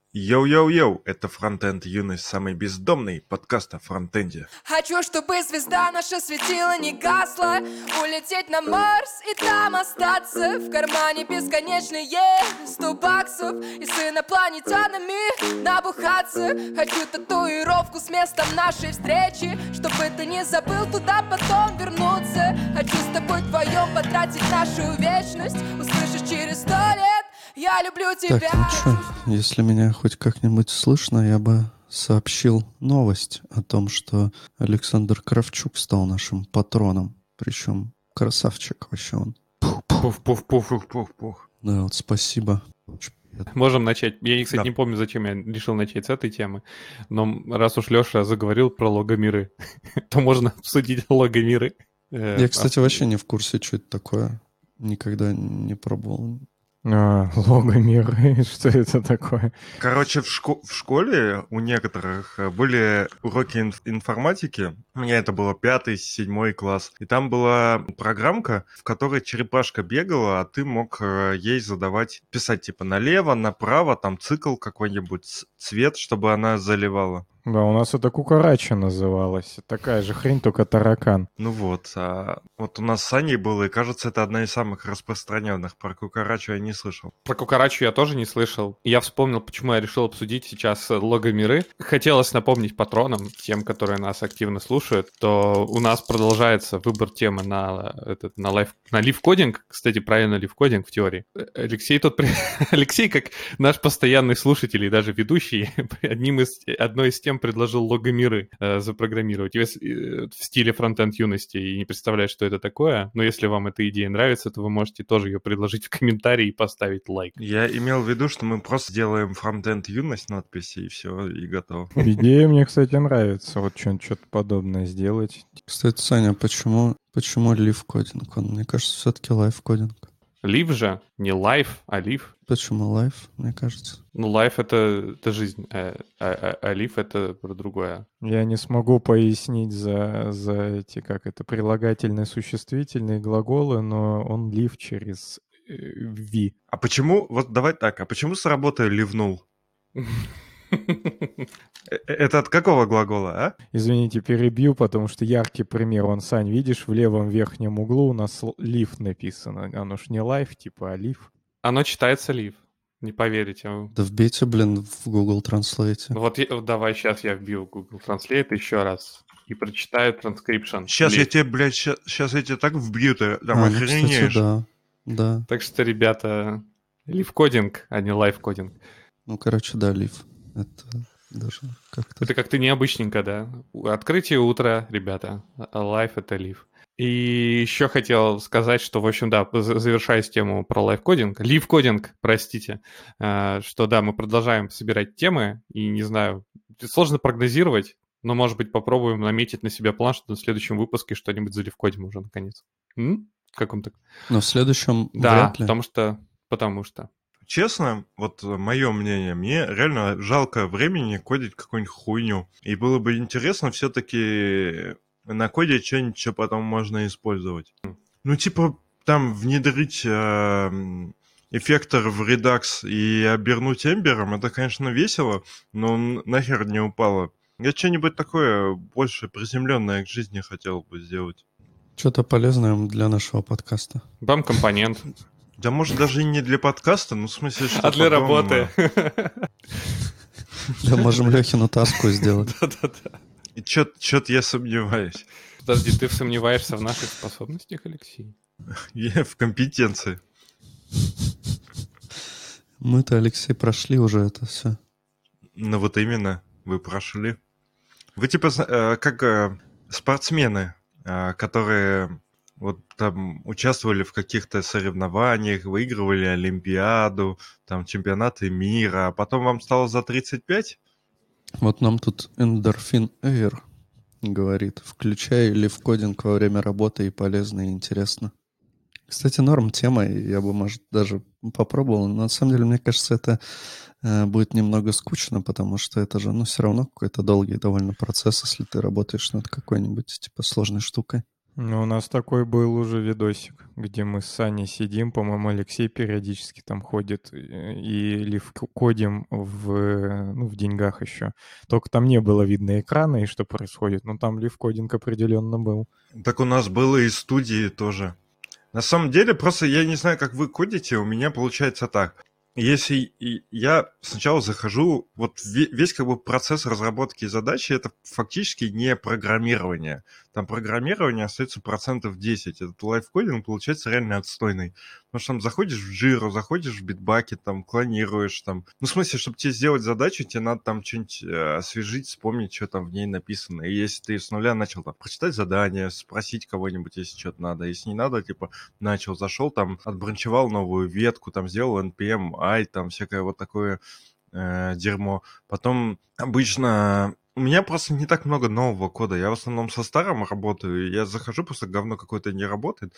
Йоу-йоу-йоу, это Фронтенд Юность, самый бездомный подкаст о фронтенде. Хочу, чтобы звезда наша светила не гасла, улететь на Марс и там остаться. В кармане бесконечные 100 баксов и с инопланетянами набухаться. Хочу татуировку с местом нашей встречи, чтобы ты не забыл туда потом вернуться. Хочу с тобой вдвоем потратить нашу вечность. Услышишь через 100 лет: я люблю тебя. Так, ну что, если меня хоть как-нибудь слышно, я бы сообщил новость о том, что Александр Кравчук стал нашим патроном. Причем красавчик вообще он. Пух-пух-пух-пух-пух. Да, вот спасибо. Очень приятно. Можем начать. Я, кстати, Да. не помню, зачем я решил начать с этой темы, но раз уж Леша заговорил про логомиры, то можно обсудить логомиры. Я, кстати, вообще не в курсе, что это такое. Никогда не пробовал. Логомир, что это такое? Короче, в школе у некоторых были уроки информатики. У меня это было 5-7 класс. И там была программка, в которой черепашка бегала, а ты мог ей задавать, писать типа налево, направо, там цикл какой-нибудь, цвет, чтобы она заливала. Да, у нас это кукарача называлось. Такая же хрень, только таракан. Ну вот, вот у нас с Аней было, и кажется, это одна из самых распространенных. Про кукарачу я не слышал. Про кукарачу я тоже не слышал. Я вспомнил, почему я решил обсудить сейчас логомиры. Хотелось напомнить патронам, тем, которые нас активно слушают, то у нас продолжается выбор темы на лив-кодинг. Кстати, правильно, лив-кодинг в теории. Алексей, как наш постоянный слушатель и даже ведущий, одной из тем предложил логомиры запрограммировать в стиле фронтенд юности, и не представляю, что это такое. Но если вам эта идея нравится, то вы можете тоже ее предложить в комментарии и поставить лайк. Я имел в виду, что мы просто делаем фронтенд юность надписи, и все, и готово. Идея мне, кстати, нравится. Вот что-то подобное сделать. Кстати, Саня, почему лив-кодинг? Мне кажется, все-таки лайв-кодинг. Лив же, не лайф, а лив. Почему лайв, мне кажется? Ну, лайф — это жизнь, а лив — это про другое. Я не смогу пояснить за эти, прилагательные, существительные глаголы, но он лив через ви. А почему, вот давай так, а почему с работы ливнул? Это от какого глагола, а? Извините, перебью, потому что яркий пример. Сань, видишь, в левом верхнем углу у нас лив написано. Оно ж не лайф, типа, а лив. Оно читается лив, не поверите. Да вбейте, в Google Translate. Вот давай сейчас я вбью в Google Translate еще раз и прочитаю транскрипшн. Сейчас я тебе, блядь, сейчас я тебе так вбью, ты там Ну, охренеешь. кстати, да. Так что, ребята, лив-кодинг, а не лайф-кодинг. Ну, короче, да, лив. Это даже как-то... Это как-то необычненько, да? Открытие утра, ребята. Лайф — это лив. И еще хотел сказать, что, в общем, да, завершая тему про лайф-кодинг, лив-кодинг, простите, что, да, мы продолжаем собирать темы, и, не знаю, сложно прогнозировать, но, может быть, попробуем наметить на себя план, что в следующем выпуске что-нибудь залив-кодим уже, наконец. Как вам так? Но в следующем Да, вряд ли. потому что. Честно, вот мое мнение, мне реально жалко времени кодить какую-нибудь хуйню. И было бы интересно все-таки накодить что-нибудь, что потом можно использовать. Ну, типа, там внедрить эффектор в Redux и обернуть эмбером, это, конечно, весело, но нахер не упало. Я что-нибудь такое больше приземленное к жизни хотел бы сделать. Что-то полезное для нашего подкаста. Бам-компонент. Да, может, даже и не для подкаста, ну, в смысле, что А для потом, работы. Да, можем Лехину таску сделать. Да-да-да. И чё-то я сомневаюсь. Подожди, ты сомневаешься в наших способностях, Алексей? Я в компетенции. Мы-то, Алексей, прошли уже это все. Ну, вот именно, вы прошли. Вы типа как спортсмены, которые вот там участвовали в каких-то соревнованиях, выигрывали Олимпиаду, там чемпионаты мира, а потом вам стало за 35? Вот нам тут Endorphin Air говорит: включай лив-кодинг во время работы, и полезно, и интересно. Кстати, норм тема, и я бы, может, даже попробовал, но на самом деле, мне кажется, это будет немного скучно, потому что это же, все равно какой-то долгий довольно процесс, если ты работаешь над какой-нибудь, типа, сложной штукой. Ну, у нас такой был уже видосик, где мы с Саней сидим, по-моему, Алексей периодически там ходит и лив-кодим в деньгах еще. Только там не было видно экрана и что происходит, но там лив-кодинг определенно был. Так у нас было и студии тоже. На самом деле, просто я не знаю, как вы кодите, у меня получается так. Если я сначала захожу, вот весь как бы процесс разработки задачи, это фактически не программирование. Там программирование остается 10%. Этот лайфкодинг получается реально отстойный. Потому что там заходишь в Jira, заходишь в Bitbucket, там клонируешь, там. Ну, в смысле, чтобы тебе сделать задачу, тебе надо там что-нибудь освежить, вспомнить, что там в ней написано. И если ты с нуля начал там прочитать задание, спросить кого-нибудь, если что-то надо. Если не надо, типа, начал, зашел, там, отбранчевал новую ветку, там, сделал NPM, I, там, всякое вот такое дерьмо. Потом обычно... У меня просто не так много нового кода. Я в основном со старым работаю. Я захожу, просто говно какое-то не работает,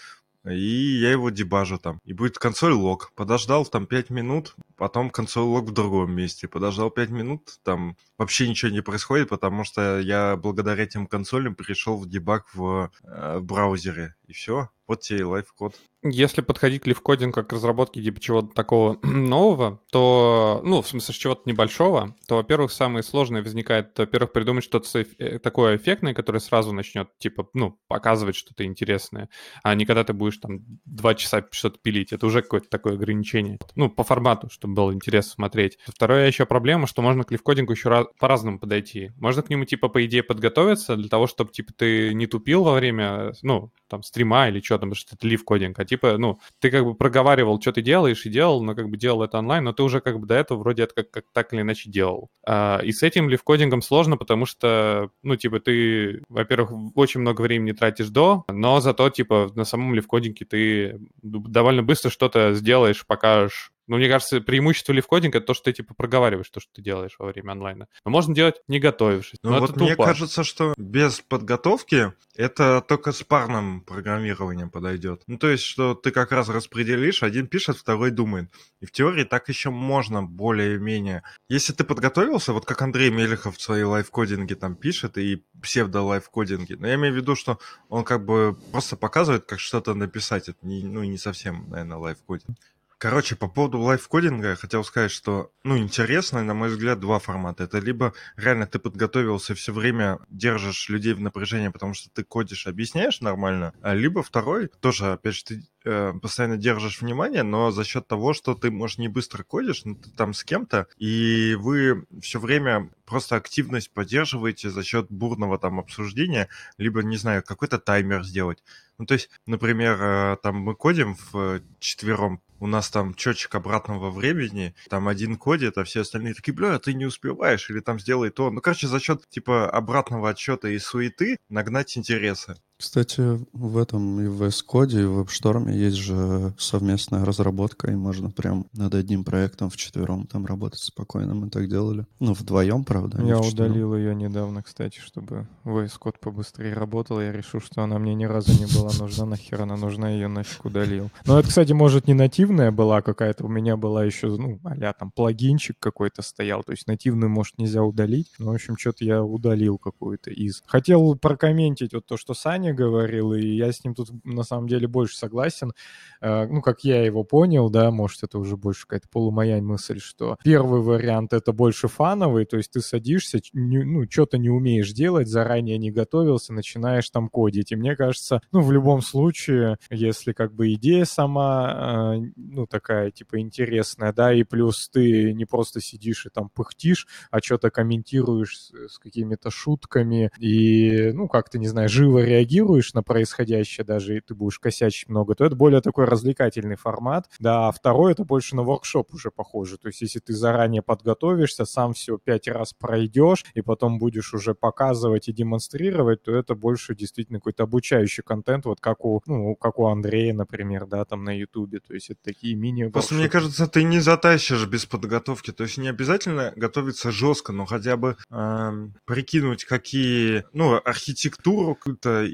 и я его дебажу там. И будет консоль лог. Подождал там 5 минут, потом консоль лог в другом месте. Подождал 5 минут, там вообще ничего не происходит, потому что я благодаря этим консолям перешел в дебаг в браузере. И все. Вот тебе и лайфкод. Если подходить к лифкодингу как к разработке типа чего-то такого нового, то, ну, в смысле, чего-то небольшого, то, во-первых, самое сложное возникает, во-первых, придумать что-то такое эффектное, которое сразу начнет, типа, ну, показывать что-то интересное, а не когда ты будешь там 2 часа что-то пилить. Это уже какое-то такое ограничение. Ну, по формату, чтобы было интересно смотреть. Вторая еще проблема, что можно к лифкодингу еще по-разному подойти. Можно к нему, типа, по идее, подготовиться для того, чтобы, типа, ты не тупил во время, ну, там, стрима или что там, потому что это лифкодинг, а типа, ну, ты как бы проговаривал, что ты делаешь, и делал, но как бы делал это онлайн, но ты уже как бы до этого вроде это как так или иначе делал. И с этим лифкодингом сложно, потому что, ну, типа, ты, во-первых, очень много времени тратишь но зато, типа, на самом лифкодинге ты довольно быстро что-то сделаешь, покажешь. Ну, мне кажется, преимущество лифкодинга — это то, что ты, типа, проговариваешь то, что ты делаешь во время онлайна. Но можно делать, не готовившись. Ну Но вот это мне тупо. кажется, что без подготовки это только с парным программированием подойдет. Ну, то есть, что ты как раз распределишь, один пишет, второй думает. И в теории так еще можно более-менее. Если ты подготовился, вот как Андрей Мелехов в своей лайфкодинге там пишет, и псевдо-лайфкодинге, но я имею в виду, что он как бы просто показывает, как что-то написать. Это не совсем, наверное, лайфкодинг. Короче, по поводу лайфкодинга я хотел сказать, что, ну, интересно, на мой взгляд, два формата. Это либо реально ты подготовился и все время держишь людей в напряжении, потому что ты кодишь, объясняешь нормально, либо второй, тоже, опять же, ты постоянно держишь внимание, но за счет того, что ты, может, не быстро кодишь, но ты там с кем-то, и вы все время просто активность поддерживаете за счет бурного там обсуждения, либо, не знаю, какой-то таймер сделать. Ну, то есть, например, там мы кодим вчетвером, у нас там счетчик обратного времени, там один кодит, а все остальные такие, бля, ты не успеваешь, или там сделай то. Ну, короче, за счет, типа, обратного отсчета и суеты нагнать интересы. Кстати, в этом и в VS Code, и в WebStorm есть же совместная разработка, и можно прям над одним проектом вчетвером там работать спокойно. Мы так делали. Ну, вдвоем, правда. а не Я вчетвером. удалил ее недавно, кстати, чтобы VS Code побыстрее работал. Я решил, что она мне ни разу не была нужна. Нахер она нужна, ее нафиг удалил. Но это, кстати, может, не нативная была какая-то. У меня была еще, ну, а-ля там плагинчик какой-то стоял. То есть нативную, может, нельзя удалить. Но, в общем, что-то я удалил какую-то из. Хотел прокомментить вот то, что Саня говорил, и я с ним тут на самом деле больше согласен. Ну, как я его понял, да, может, это уже больше какая-то полумоя мысль, что первый вариант — это больше фановый, то есть ты садишься, ну, что-то не умеешь делать, заранее не готовился, начинаешь там кодить. И мне кажется, ну, в любом случае, если как бы идея сама, ну, такая, типа, интересная, да, и плюс ты не просто сидишь и там пыхтишь, а что-то комментируешь с какими-то шутками и, ну, как-то, не знаю, живо реагируешь на происходящее даже, и ты будешь косячить много, то это более такой развлекательный формат. Да, а второй — это больше на воркшоп уже похоже. То есть если ты заранее подготовишься, сам все 5 раз пройдешь, и потом будешь уже показывать и демонстрировать, то это больше действительно какой-то обучающий контент, вот как у Андрея, например, да, там на Ютубе. То есть это такие мини-воркшопы. Просто мне кажется, ты не затащишь без подготовки. То есть не обязательно готовиться жестко, но хотя бы прикинуть, какие, ну, архитектуру какую-то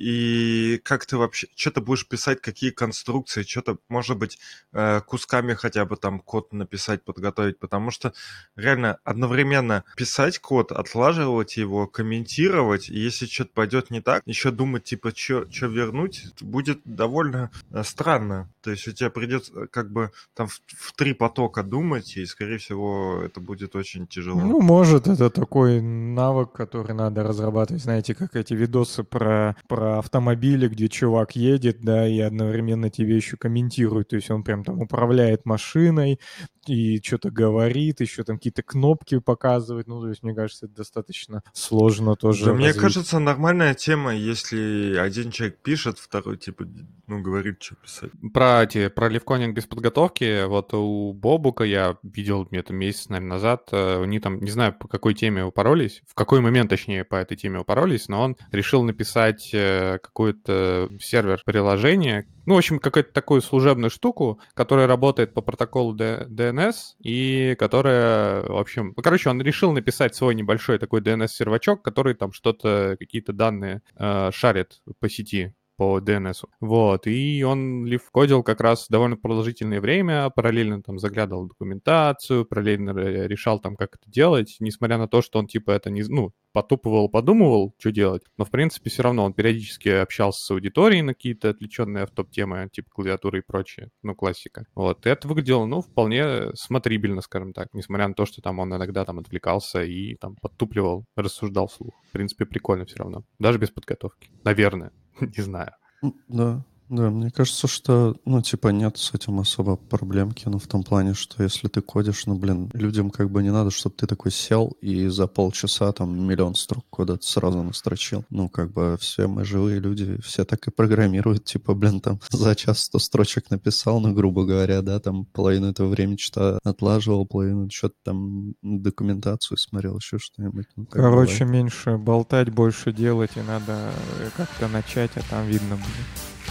и как ты вообще, что ты будешь писать, какие конструкции, что-то, может быть, кусками хотя бы там код написать, подготовить, потому что реально одновременно писать код, отлаживать его, комментировать, и если что-то пойдет не так, еще думать, типа, что вернуть, будет довольно странно. То есть у тебя придется как бы там в 3 потока думать, и, скорее всего, это будет очень тяжело. Ну, может, это такой навык, который надо разрабатывать. Знаете, как эти видосы про автомобили, где чувак едет, да, и одновременно тебе еще комментирует. То есть он прям там управляет машиной и что-то говорит, еще там какие-то кнопки показывает. Ну, то есть, мне кажется, это достаточно сложно тоже Да, мне развить. кажется, нормальная тема, если один человек пишет, второй, типа, ну, говорит, что писать. Про левкодинг без подготовки, вот у Бобука я видел где-то месяц, наверное, назад, они там, не знаю, по какой теме упоролись, в какой момент, точнее, по этой теме упоролись, но он решил написать какой-то сервер приложения, ну, в общем, какую-то такую служебную штуку, которая работает по протоколу DNS и которая, в общем, ну, короче, он решил написать свой небольшой такой DNS-сервачок, который там что-то, какие-то данные шарит по сети, по DNS. Вот, и он лив-кодил как раз довольно продолжительное время, параллельно там заглядывал в документацию, параллельно решал там, как это делать, несмотря на то, что он типа это не, ну, потупывал, подумывал, что делать, но в принципе все равно он периодически общался с аудиторией на какие-то отвлеченные автоп-темы, типа клавиатуры и прочее, ну, классика. Вот, и это выглядело, ну, вполне смотрибельно, скажем так, несмотря на то, что там он иногда там отвлекался и там подтупливал, рассуждал вслух. В принципе, прикольно все равно, даже без подготовки, наверное. Не знаю. Да, да, мне кажется, что, ну, типа, нет с этим особо проблемки, ну, в том плане, что если ты кодишь, ну, блин, людям как бы не надо, чтобы ты такой сел и за полчаса там миллион строк кода сразу настрочил. Ну, как бы все мы живые люди, все так и программируют, типа, блин, там за час 100 строчек написал, ну, грубо говоря, да, там половину этого времени что-то отлаживал, половину что-то там документацию смотрел, еще что-нибудь. Ну, так Короче, бывает. меньше болтать, больше делать, и надо как-то начать, а там видно будет.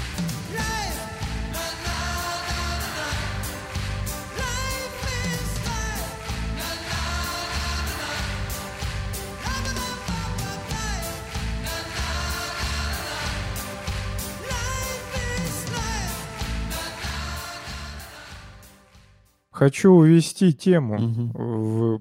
Хочу увести тему Мгм. в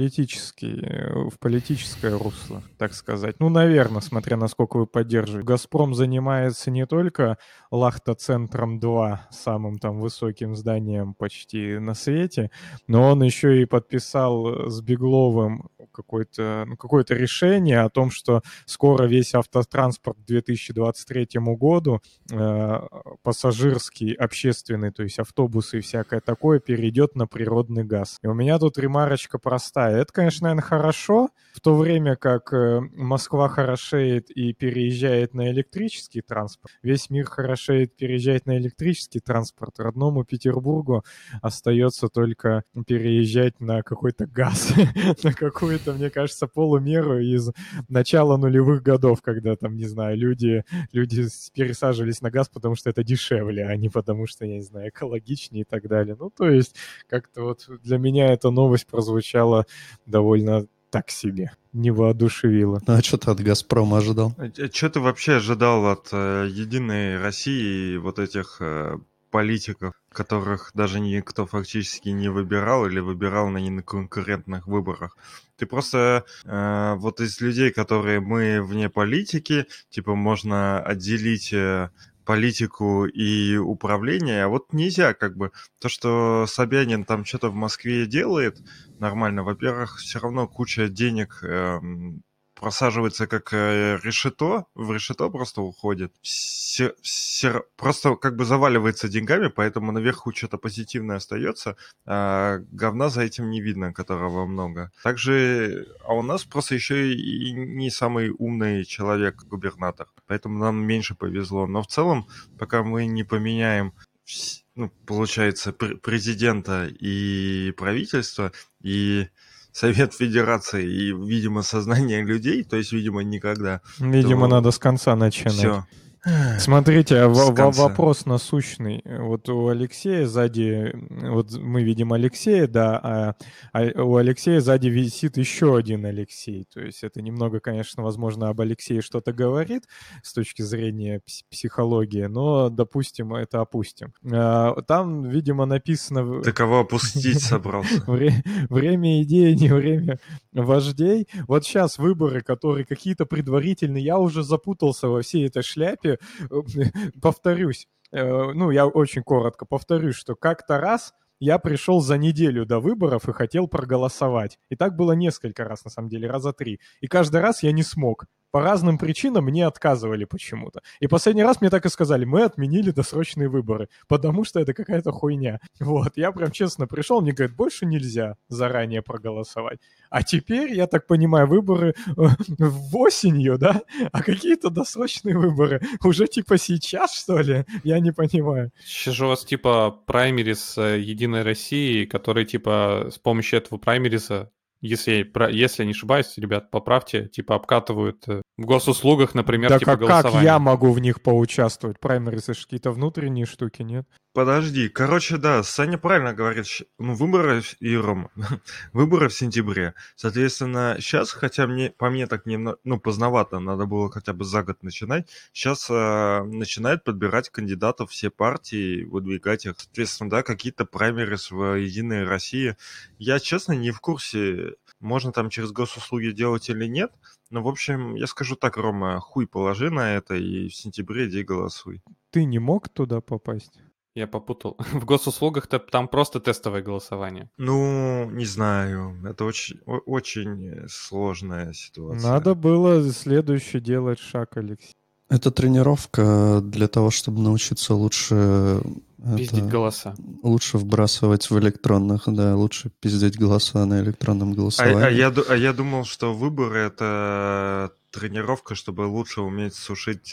политическое русло, так сказать. Ну, наверное, смотря насколько вы поддерживаете. «Газпром» занимается не только Лахта-центром 2, самым там высоким зданием почти на свете, но он еще и подписал с Бегловым какое-то решение о том, что скоро весь автотранспорт к 2023 году, пассажирский, общественный, то есть автобусы и всякое такое, перейдет на природный газ. И у меня тут ремарочка простая. Это, конечно, наверное, хорошо, в то время как Москва хорошеет и переезжает на электрический транспорт, весь мир хорошеет, переезжает на электрический транспорт, родному Петербургу остается только переезжать на какой-то газ, на какую-то, мне кажется, полумеру из начала нулевых годов, когда там, не знаю, люди пересаживались на газ, потому что это дешевле, а не потому что, я не знаю, экологичнее и так далее. Ну, то есть как-то вот для меня эта новость прозвучала довольно так себе, не воодушевила. Ну, а что ты от «Газпрома» ожидал? Что ты вообще ожидал от «Единой России» и вот этих политиков, которых даже никто фактически не выбирал или выбирал на неконкурентных выборах? Ты просто вот из людей, которые мы вне политики, типа можно отделить политику и управление, а вот нельзя как бы. То, что Собянин там что-то в Москве делает, нормально. Во-первых, все равно куча денег просаживается как решето, в решето просто уходит. Просто как бы заваливается деньгами, поэтому наверху что-то позитивное остается, а говна за этим не видно, которого много. Также, а у нас просто еще и не самый умный человек-губернатор, поэтому нам меньше повезло. Но в целом, пока мы не поменяем, ну, получается, президента и правительство, и Совет Федерации и, видимо, сознание людей, то есть, видимо, никогда. Видимо, то надо с конца начинать. все. Смотрите, С конца. вопрос насущный. Вот у Алексея сзади, вот мы видим Алексея, да, а у Алексея сзади висит еще один Алексей. То есть это немного, конечно, возможно, об Алексее что-то говорит с точки зрения психологии, но, допустим, это опустим. Там, видимо, написано... Ты кого опустить собрался? Время идей, не время вождей. Вот сейчас выборы, которые какие-то предварительные, я уже запутался во всей этой шляпе. Повторюсь, ну, я очень коротко повторюсь, что как-то раз я пришел за неделю до выборов и хотел проголосовать. И так было несколько раз, на самом деле, раза 3. И каждый раз я не смог. По разным причинам мне отказывали почему-то. И последний раз мне так и сказали: мы отменили досрочные выборы, потому что это какая-то хуйня. Вот, я прям честно пришел, мне говорят, больше нельзя заранее проголосовать. А теперь, я так понимаю, выборы осенью, да? А какие-то досрочные выборы уже типа сейчас, что ли? Я не понимаю. Сейчас же у вас типа праймерис Единой России, который типа с помощью этого праймериса, если я не ошибаюсь, ребят, поправьте, типа обкатывают в госуслугах, например, Да типа как голосование. я могу в них поучаствовать? Праймерисы же какие-то внутренние штуки, нет? Подожди, короче, да, Саня правильно говорит, ну, выборы, и Рома, выборы в сентябре. Соответственно, сейчас, хотя по мне так немного, ну, поздновато, надо было хотя бы за год начинать, сейчас начинают подбирать кандидатов все партии, выдвигать их. Соответственно, да, какие-то праймерис в Единой России. Я, честно, не в курсе, можно там через госуслуги делать или нет. Но, в общем, я скажу так, Рома, хуй положи на это и в сентябре иди голосуй. Ты не мог туда попасть? Я попутал. В госуслугах-то там просто тестовое голосование. Ну, не знаю. Это очень сложная ситуация. Надо было следующий делать шаг, Алексей. Это тренировка для того, чтобы научиться лучше... Пиздить голоса. Лучше вбрасывать в электронных, да, лучше пиздить голоса на электронном голосовании. Я думал, что выборы — это тренировка, чтобы лучше уметь сушить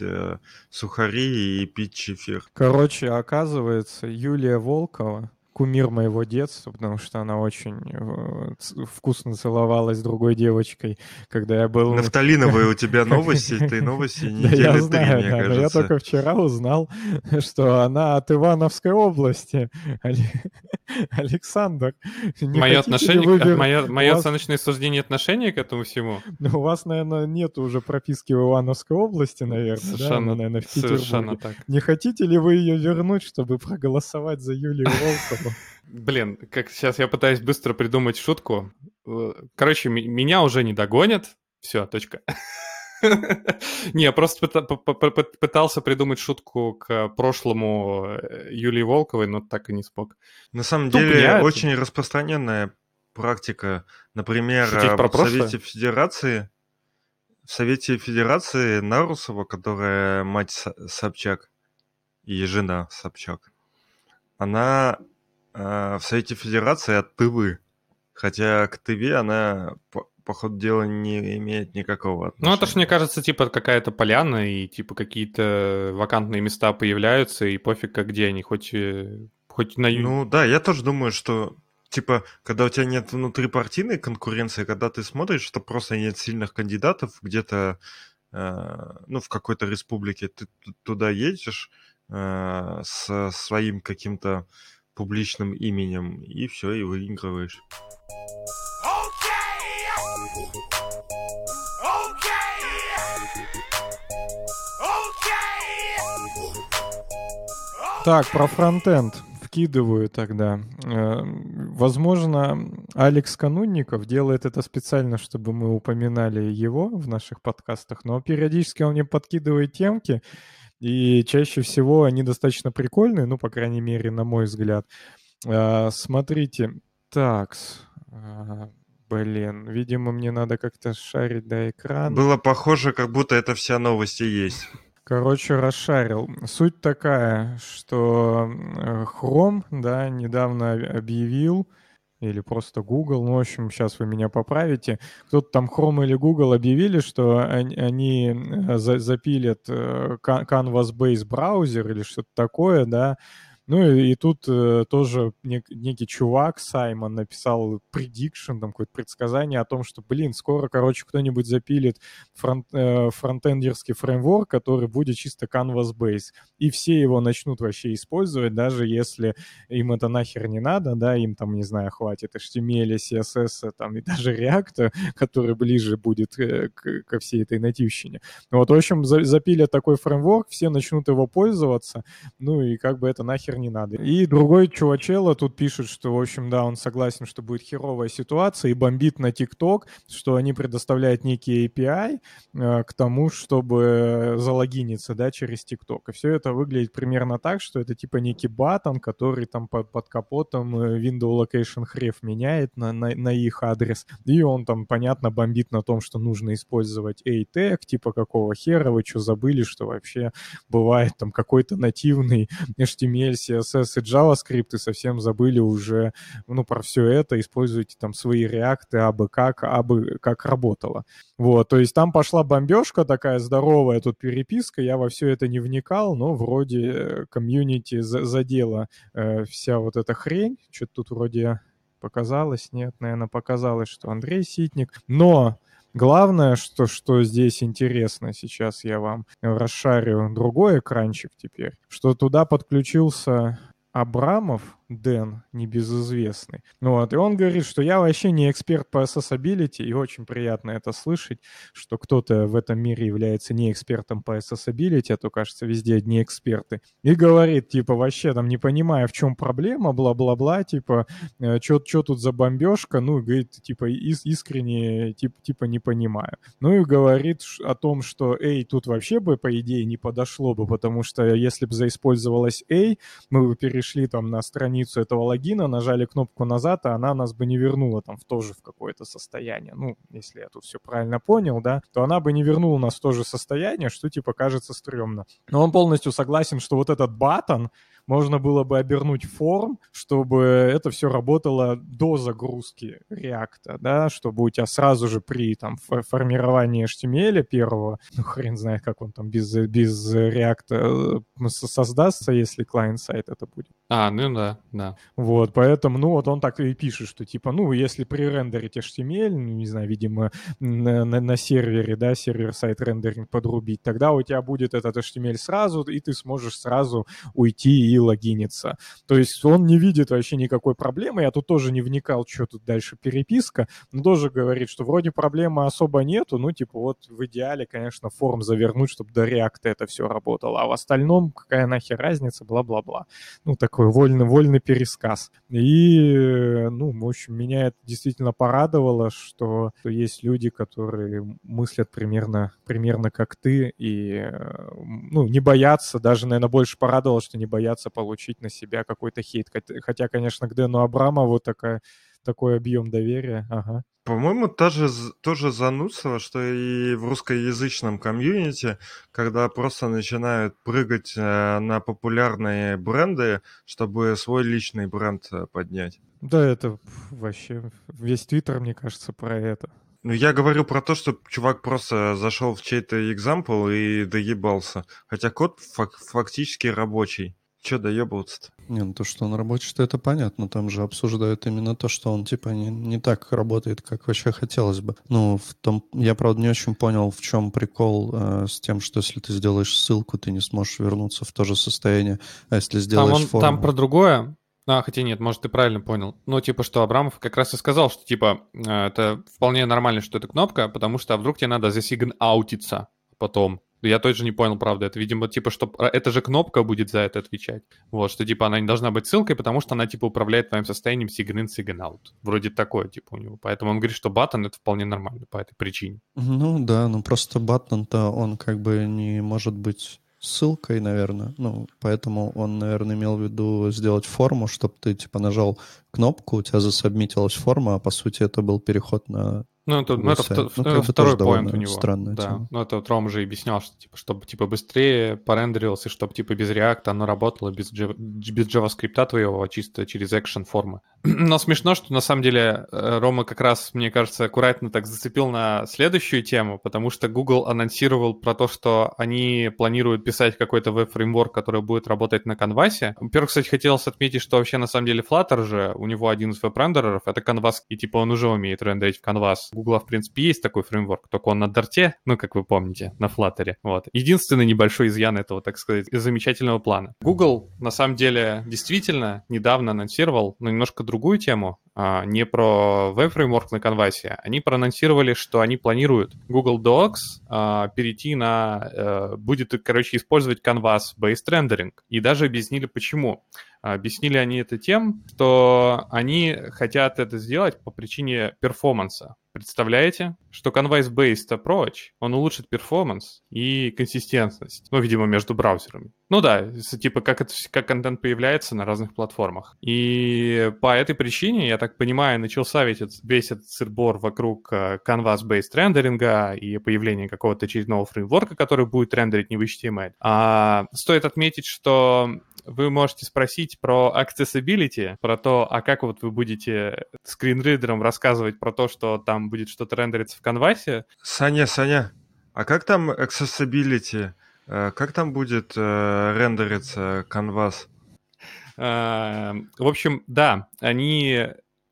сухари и пить чефир. Короче, оказывается, Юлия Волкова, кумир моего детства, потому что она очень вкусно целовалась с другой девочкой, когда я был... Нафталиновые у тебя новости, ты новости Да, недели я 3, знаю, мне да, но я кажется. только вчера узнал, что она от Ивановской области. Александр, не Мое хотите ли вы отношение, мое у вас- оценочное суждение отношения к этому всему? Ну, у вас, наверное, нет уже прописки в Ивановской области, наверное, да? Совершенно, Она, наверное, в совершенно Петербурге. так. Не хотите ли вы ее вернуть, чтобы проголосовать за Юлию Волкову? Блин, как сейчас я пытаюсь быстро придумать шутку. Короче, меня уже не догонят. Все, точка. Не, я просто пытался придумать шутку к прошлому Юлии Волковой, но так и не смог. На самом Тупня деле, это. очень распространенная практика. Например, Шутить про в прошлое? Совете Федерации Нарусова, которая мать Собчак и жена Собчак, она в Совете Федерации от Тывы. Хотя к Тыве она, по ходу дела, не имеет никакого отношения. Ну, это ж, мне кажется, типа какая-то поляна, и типа какие-то вакантные места появляются, и пофиг, как где они, хоть на... Ну да, я тоже думаю, что типа, когда у тебя нет внутрипартийной конкуренции, когда ты смотришь, что просто нет сильных кандидатов где-то, ну, в какой-то республике, ты туда едешь со своим каким-то публичным именем, и все, и выигрываешь. Так, про фронтенд вкидываю тогда. Возможно, Алекс Канунников делает это специально, чтобы мы упоминали его в наших подкастах, но периодически он мне подкидывает темки, и чаще всего они достаточно прикольные, ну, по крайней мере, на мой взгляд. Смотрите, такс. Блин, видимо, мне надо как-то шарить до экрана. Было похоже, как будто это вся новость и есть. Короче, расшарил. Суть такая, что Chrome, да, недавно объявил, или просто Google, ну, в общем, сейчас вы меня поправите, кто-то там Chrome или Google объявили, что они запилят Canvas-based браузер или что-то такое, да, Ну и тут тоже некий чувак, Саймон, написал prediction, там какое-то предсказание о том, что, скоро, короче, кто-нибудь запилит фронтендерский фреймворк, который будет чисто canvas-based, и все его начнут вообще использовать, даже если им это нахер не надо, да, им там, не знаю, хватит HTML, CSS, там, и даже React, который ближе будет ко всей этой нативщине. Вот, в общем, запилят такой фреймворк, все начнут его пользоваться, ну и как бы это нахер не надо. И другой чувачело тут пишет, что, в общем, да, он согласен, что будет херовая ситуация, и бомбит на TikTok, что они предоставляют некий API к тому, чтобы залогиниться, да, через TikTok. И все это выглядит примерно так, что это типа некий баттон, который там под капотом window location href меняет на их адрес. И он там, понятно, бомбит на том, что нужно использовать A-tag, типа какого хера, вы что забыли, что вообще бывает там какой-то нативный HTML, CSS и JavaScript, и совсем забыли уже, про все это, используйте там свои реакты, абы как работало. Вот, то есть там пошла бомбежка такая здоровая, тут переписка, я во все это не вникал, но вроде комьюнити задела вся вот эта хрень, что-то тут вроде показалось, нет, наверное, показалось, что Андрей Ситник, но главное, что здесь интересно, сейчас я вам расшарю другой экранчик теперь, что туда подключился Абрамов, Дэн, небезызвестный. Вот, и он говорит, что я вообще не эксперт по accessibility, и очень приятно это слышать, что кто-то в этом мире является не экспертом по accessibility, а то, кажется, везде одни эксперты. И говорит, типа, вообще там не понимая, в чем проблема, бла-бла-бла, типа, что тут за бомбежка, ну, говорит, типа, искренне, типа, не понимаю. Ну, и говорит о том, что, тут вообще бы, по идее, не подошло бы, потому что если бы заиспользовалось мы бы перешли там на страницу этого логина, нажали кнопку назад, а она нас бы не вернула там тоже в какое-то состояние. Ну, если я тут все правильно понял, да, то она бы не вернула нас в то же состояние, что типа кажется стрёмно. Но он полностью согласен, что вот этот баттон можно было бы обернуть в форм, чтобы это все работало до загрузки React, да, чтобы у тебя сразу же при там формировании HTML первого, хрен знает, как он там без React создастся, если клиент-сайт это будет. Ну да. Вот, поэтому, вот он так и пишет, что типа, если пререндерить HTML, не знаю, видимо, на сервере, да, сервер-сайт рендеринг подрубить, тогда у тебя будет этот HTML сразу, и ты сможешь сразу уйти и логиниться. То есть он не видит вообще никакой проблемы. Я тут тоже не вникал, что тут дальше переписка, но тоже говорит, что вроде проблемы особо нету, вот в идеале, конечно, форм завернуть, чтобы до React это все работало, а в остальном какая нахер разница, бла-бла-бла. Такой вольный пересказ. И, в общем, меня это действительно порадовало, что есть люди, которые мыслят примерно как ты, и, не боятся, даже, наверное, больше порадовало, что не боятся получить на себя какой-то хейт. Хотя, конечно, к Дэну Абрамову такой объем доверия. Ага. По-моему, тоже занудство, что и в русскоязычном комьюнити, когда просто начинают прыгать на популярные бренды, чтобы свой личный бренд поднять. Да, это вообще весь Твиттер, мне кажется, про это. Я говорю про то, что чувак просто зашел в чей-то экзампл и доебался. Хотя код фактически рабочий. Че доебываться-то? То, что он рабочий, что это понятно. Там же обсуждают именно то, что он типа не так работает, как вообще хотелось бы. Я, правда, не очень понял, в чем прикол с тем, что если ты сделаешь ссылку, ты не сможешь вернуться в то же состояние. А если сделаешь форму... Там про другое. Хотя нет, может, ты правильно понял. Что Абрамов как раз и сказал, что, это вполне нормально, что это кнопка, потому что вдруг тебе надо засигн-аутиться потом. Я тоже не понял, правда. Это, видимо, что эта же кнопка будет за это отвечать. Вот, что, она не должна быть ссылкой, потому что она, управляет твоим состоянием sign-in, sign-out. Вроде такое, у него. Поэтому он говорит, что баттон — это вполне нормально по этой причине. Да, просто баттон-то он как бы не может быть ссылкой, наверное. Поэтому он, наверное, имел в виду сделать форму, чтобы ты, нажал кнопку, у тебя засабмитилась форма, а по сути это был переход на Ну, это Google CI. это Ну, как бы второй тоже поинт у довольно него. странная Да. тема. Ну, это вот Рома же и объяснял, что, типа, чтобы, типа, быстрее порендерилось, и чтобы, типа, без React оно работало, без JavaScript твоего, а чисто через action формы. Но смешно, что, на самом деле, Рома как раз, мне кажется, аккуратно так зацепил на следующую тему, потому что Google анонсировал про то, что они планируют писать какой-то веб-фреймворк, который будет работать на Canvas. Во-первых, кстати, хотелось отметить, что вообще, на самом деле, Flutter же, у него один из веб-рендереров, это Canvas, и, типа, он уже умеет рендерить в Canvas. У Google, в принципе, есть такой фреймворк, только он на Dart, ну, как вы помните, на Flutter. Вот. Единственный небольшой изъян этого, так сказать, замечательного плана. Google, на самом деле, действительно недавно анонсировал, но немножко другую тему, не про веб-фреймворк на Canvas. Они проанонсировали, что они планируют Google Docs перейти на... будет, короче, использовать Canvas-based rendering. И даже объяснили, почему. Объяснили они это тем, что они хотят это сделать по причине перформанса. Представляете, что Canvas-based approach, он улучшит перформанс и консистентность, ну, видимо, между браузерами. Ну да, типа, как контент появляется на разных платформах. И по этой причине, я так понимаю, начался весь этот сыр-бор вокруг Canvas-based рендеринга и появления какого-то очередного фреймворка, который будет рендерить не в HTML. Стоит отметить, что вы можете спросить про accessibility, про то, а как вот вы будете скринридером рассказывать про то, что там будет что-то рендериться в канвасе. Саня, а как там accessibility? Как там будет рендериться канвас? В общем, да, они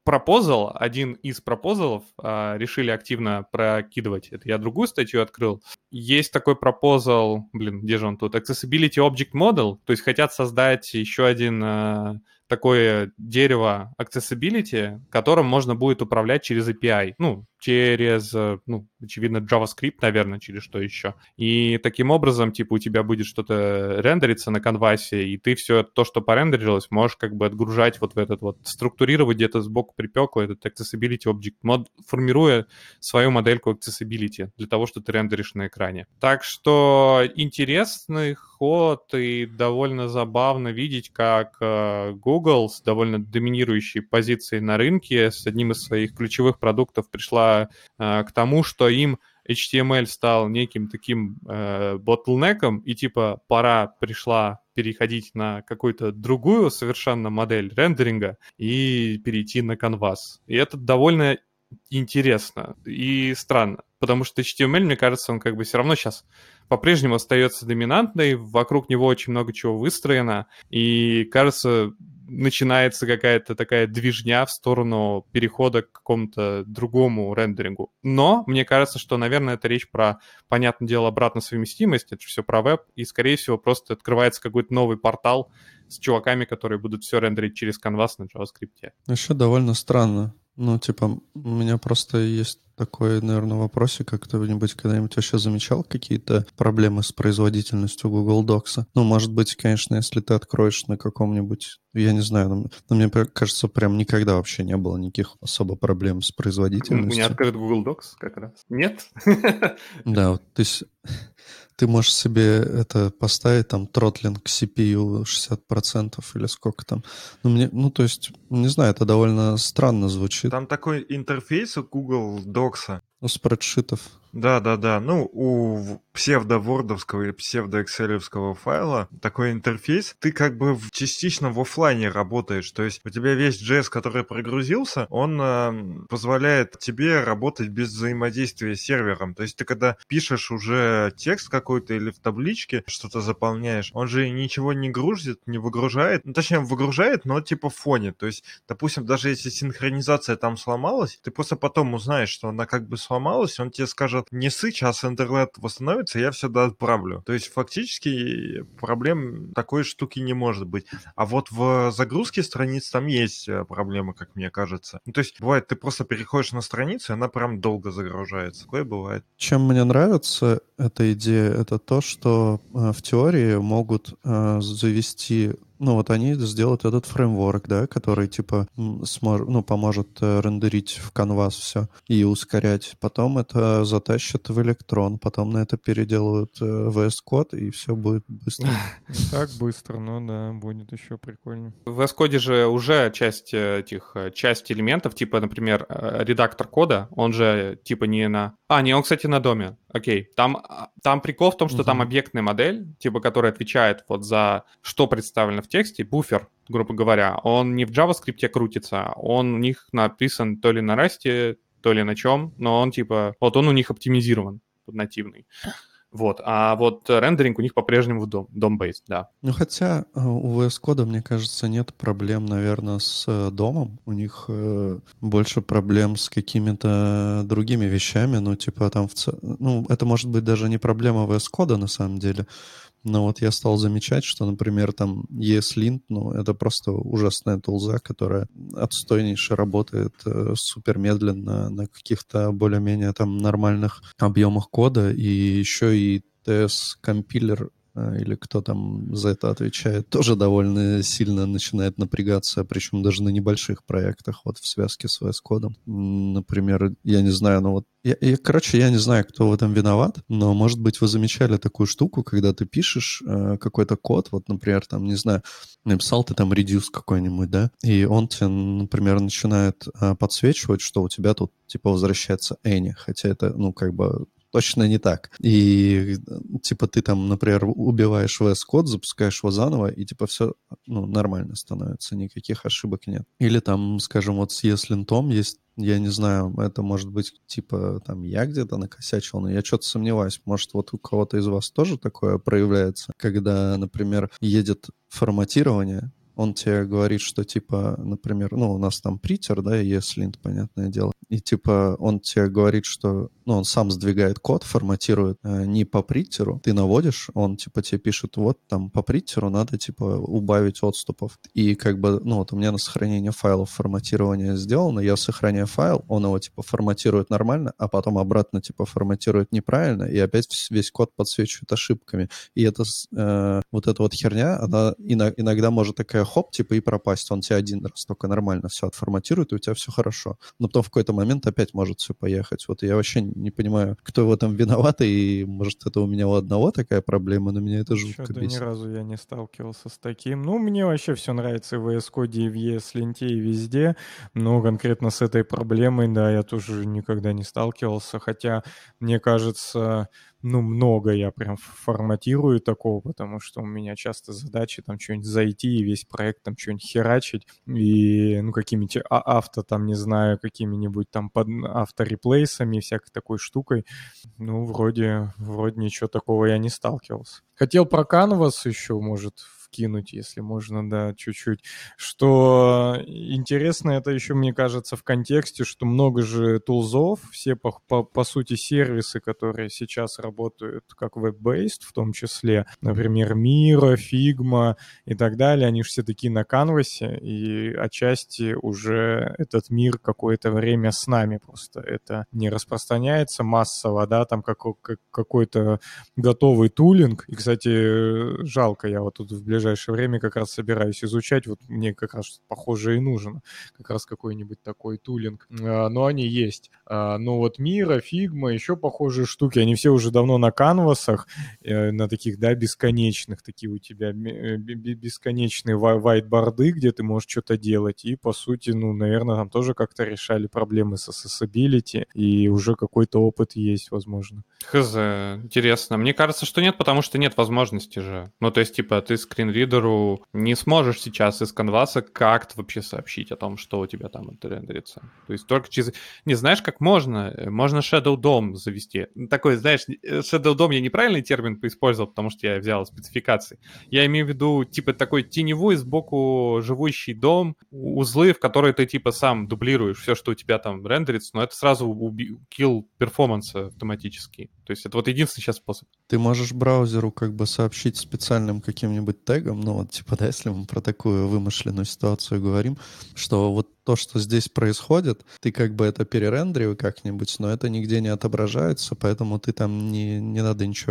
один из пропозалов решили активно прокидывать. Это я другую статью открыл. Есть такой пропозал, где же он тут? Accessibility Object Model, то есть хотят создать еще один такое дерево accessibility, которым можно будет управлять через API, через, очевидно, JavaScript, наверное, через что еще. И таким образом, типа, у тебя будет что-то рендериться на канвасе, и ты все то, что порендерилось, можешь как бы отгружать вот в этот вот, структурировать где-то сбоку припекло этот accessibility object mod, формируя свою модельку accessibility для того, что ты рендеришь на экране. Так что интересный ход, и довольно забавно видеть, как Google с довольно доминирующей позицией на рынке с одним из своих ключевых продуктов пришла к тому, что им HTML стал неким таким ботлнеком, и типа пришла переходить на какую-то другую совершенно модель рендеринга и перейти на Canvas. И это довольно интересно и странно, потому что HTML, мне кажется, он как бы все равно сейчас по-прежнему остается доминантной, вокруг него очень много чего выстроено, и, кажется, начинается какая-то такая движня в сторону перехода к какому-то другому рендерингу. Но мне кажется, что, наверное, это речь про, понятное дело, обратную совместимость, это же все про веб, и, скорее всего, просто открывается какой-то новый портал с чуваками, которые будут все рендерить через Canvas на JavaScript. Еще довольно странно. Ну, типа, у меня просто есть такой, наверное, вопросик, как кто-нибудь когда-нибудь вообще замечал какие-то проблемы с производительностью Google Docs? Ну, может быть, конечно, если ты откроешь на каком-нибудь, я не знаю, но мне кажется, прям никогда вообще не было никаких особо проблем с производительностью. У меня открыт Google Docs как раз. Нет? Да, вот ты можешь себе это поставить, там, тротлинг CPU 60% или сколько там. То есть, не знаю, это довольно странно звучит. Там такой интерфейс у Google Docs. У спредшитов. Да. Ну, у псевдо-вордовского или псевдо-экселевского файла такой интерфейс, ты как бы частично в офлайне работаешь. То есть у тебя весь JS, который прогрузился, он позволяет тебе работать без взаимодействия с сервером. То есть ты когда пишешь уже текст какой-то или в табличке что-то заполняешь, он же ничего не грузит, не выгружает. Ну, точнее, выгружает, но типа в фоне. То есть, допустим, даже если синхронизация там сломалась, ты просто потом узнаешь, что она как бы сломалась, он тебе скажет: не ссы, сейчас интернет восстановится, я все отправлю. То есть фактически проблем такой штуки не может быть. А вот в загрузке страниц там есть проблемы, как мне кажется. Ну, то есть бывает, ты просто переходишь на страницу, и она прям долго загружается. Такое бывает. Чем мне нравится эта идея, это то, что в теории могут завести ну вот они сделают этот фреймворк, да, который типа поможет рендерить в Canvas все и ускорять. Потом это затащат в Electron, потом на это переделают VS Code, и все будет быстро. Не так быстро, но да, будет еще прикольно. В VS Code же уже часть элементов, типа, например, редактор кода, он же типа не на... не, он, кстати, на доме. Окей. Там прикол в том, что там объектная модель, типа, которая отвечает вот за что представлено в тексте, буфер, грубо говоря, он не в JavaScript крутится, он у них написан то ли на Rust, то ли на чем, но он типа... Вот он у них оптимизирован, нативный. Вот, а вот рендеринг у них по-прежнему в дом-based, да. Ну, хотя у VS Code, мне кажется, нет проблем, наверное, с домом. У них больше проблем с какими-то другими вещами. Ну, типа там это может быть даже не проблема VS Code на самом деле. Но вот я стал замечать, что, например, там ESLint, это просто ужасная тулза, которая отстойнейше работает супер медленно на каких-то более-менее там нормальных объемах кода, и еще и TS-компилер или кто там за это отвечает, тоже довольно сильно начинает напрягаться, причем даже на небольших проектах, вот в связке с VS Code. Например, я не знаю, я не знаю, кто в этом виноват, но, может быть, вы замечали такую штуку, когда ты пишешь какой-то код, вот, например, там, не знаю, написал ты там reduce какой-нибудь, да, и он тебе, например, начинает подсвечивать, что у тебя тут, типа, возвращается any, хотя это, точно не так. И, типа, ты там, например, убиваешь VS Code, запускаешь его заново, и, типа, все, нормально становится, никаких ошибок нет. Или там, скажем, вот с ESLint есть, я не знаю, это может быть, типа, там, я где-то накосячил, но я что-то сомневаюсь. Может, вот у кого-то из вас тоже такое проявляется, когда, например, едет форматирование, он тебе говорит, что, типа, например, у нас там притер, да, и ESLint, понятное дело, и, типа, он тебе говорит, что, он сам сдвигает код, форматирует не по приттеру, ты наводишь, он, типа, тебе пишет, вот, там, по приттеру надо, типа, убавить отступов. И, как бы, вот у меня на сохранение файлов форматирование сделано, я сохраняю файл, он его, типа, форматирует нормально, а потом обратно, типа, форматирует неправильно, и опять весь код подсвечивает ошибками. И это, вот эта вот херня, она иногда может такая хоп, типа, и пропасть. Он тебе один раз только нормально все отформатирует, и у тебя все хорошо. Но потом в какой-то момент опять может все поехать. Вот я вообще не понимаю, кто в этом виноват, и, может, это у меня у одного такая проблема, но меня это жутко Что-то бесит. ни разу я не сталкивался с таким. Мне вообще все нравится и в VS Code, и в ESLint, и везде. Но конкретно с этой проблемой, да, я тоже никогда не сталкивался. Хотя, мне кажется, много я прям форматирую такого, потому что у меня часто задачи там что-нибудь зайти и весь проект там что-нибудь херачить. И, какими-нибудь там, не знаю, какими-нибудь там под автореплейсами, всякой такой штукой. Вроде ничего такого я не сталкивался. Хотел про Canvas еще, может, вкинуть, если можно, да, чуть-чуть. Что интересно, это еще, мне кажется, в контексте, что много же тулзов, все по сути сервисы, которые сейчас работают как web-based, в том числе, например, Miro, Figma и так далее, они же все такие на Canvas, и отчасти уже этот мир какое-то время с нами просто. Это не распространяется массово, да, там какой-то готовый тулинг. И, кстати, жалко, я вот тут в ближайшее время как раз собираюсь изучать, вот мне как раз похоже и нужен как раз какой-нибудь такой тулинг, но они есть. Но вот Miro, Figma, еще похожие штуки, они все уже давно на канвасах, на таких, да, бесконечных, такие у тебя бесконечные вайтборды, где ты можешь что-то делать, и, по сути, наверное, там тоже как-то решали проблемы с accessibility, и уже какой-то опыт есть, возможно. Хз, интересно. Мне кажется, что нет, потому что нет возможности же. То есть, типа, ты скринридеру не сможешь сейчас из канваса как-то вообще сообщить о том, что у тебя там это рендерится. То есть только через... Не, знаешь, как можно? Можно Shadow DOM завести. Такой, знаешь, Shadow DOM я неправильный термин поиспользовал, потому что я взял спецификации. Я имею в виду, типа, такой теневой сбоку живущий дом, узлы, в которые ты, типа, сам дублируешь все, что у тебя там рендерится, но это сразу kill перформанс автоматически. То есть это вот единственный сейчас способ. Ты можешь браузеру как бы сообщить специальным каким-нибудь тегом, типа, да, если мы про такую вымышленную ситуацию говорим, что вот то, что здесь происходит, ты как бы это перерендерил как-нибудь, но это нигде не отображается, поэтому ты там не надо ничего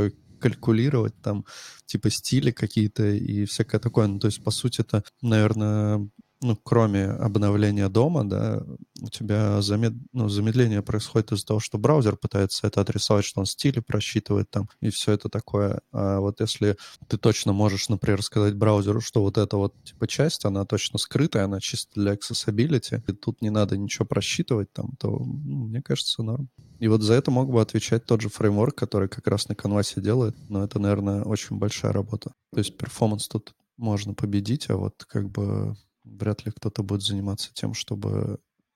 калькулировать там, типа стили какие-то и всякое такое. Ну, то есть, по сути, это, наверное, ну, кроме обновления дома, да, у тебя замедление происходит из-за того, что браузер пытается это отрисовать, что он стили просчитывает там, и все это такое. А вот если ты точно можешь, например, сказать браузеру, что вот эта вот типа часть, она точно скрытая, она чисто для accessibility, и тут не надо ничего просчитывать там, то, ну, мне кажется, норм. И вот за это мог бы отвечать тот же фреймворк, который как раз на канвасе делает, но это, наверное, очень большая работа. То есть перформанс тут можно победить, а вот как бы вряд ли кто-то будет заниматься тем, чтобы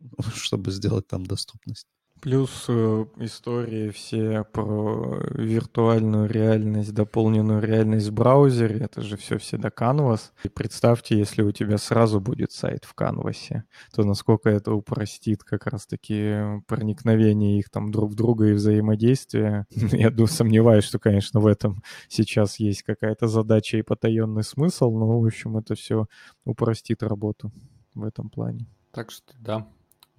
сделать там доступность. Плюс истории все про виртуальную реальность, дополненную реальность в браузере, это же все всегда Canvas. И представьте, если у тебя сразу будет сайт в Canvas, то насколько это упростит как раз-таки проникновение их там друг в друга и взаимодействие. Я сомневаюсь, что, конечно, в этом сейчас есть какая-то задача и потаенный смысл, но, в общем, это все упростит работу в этом плане. Так что да,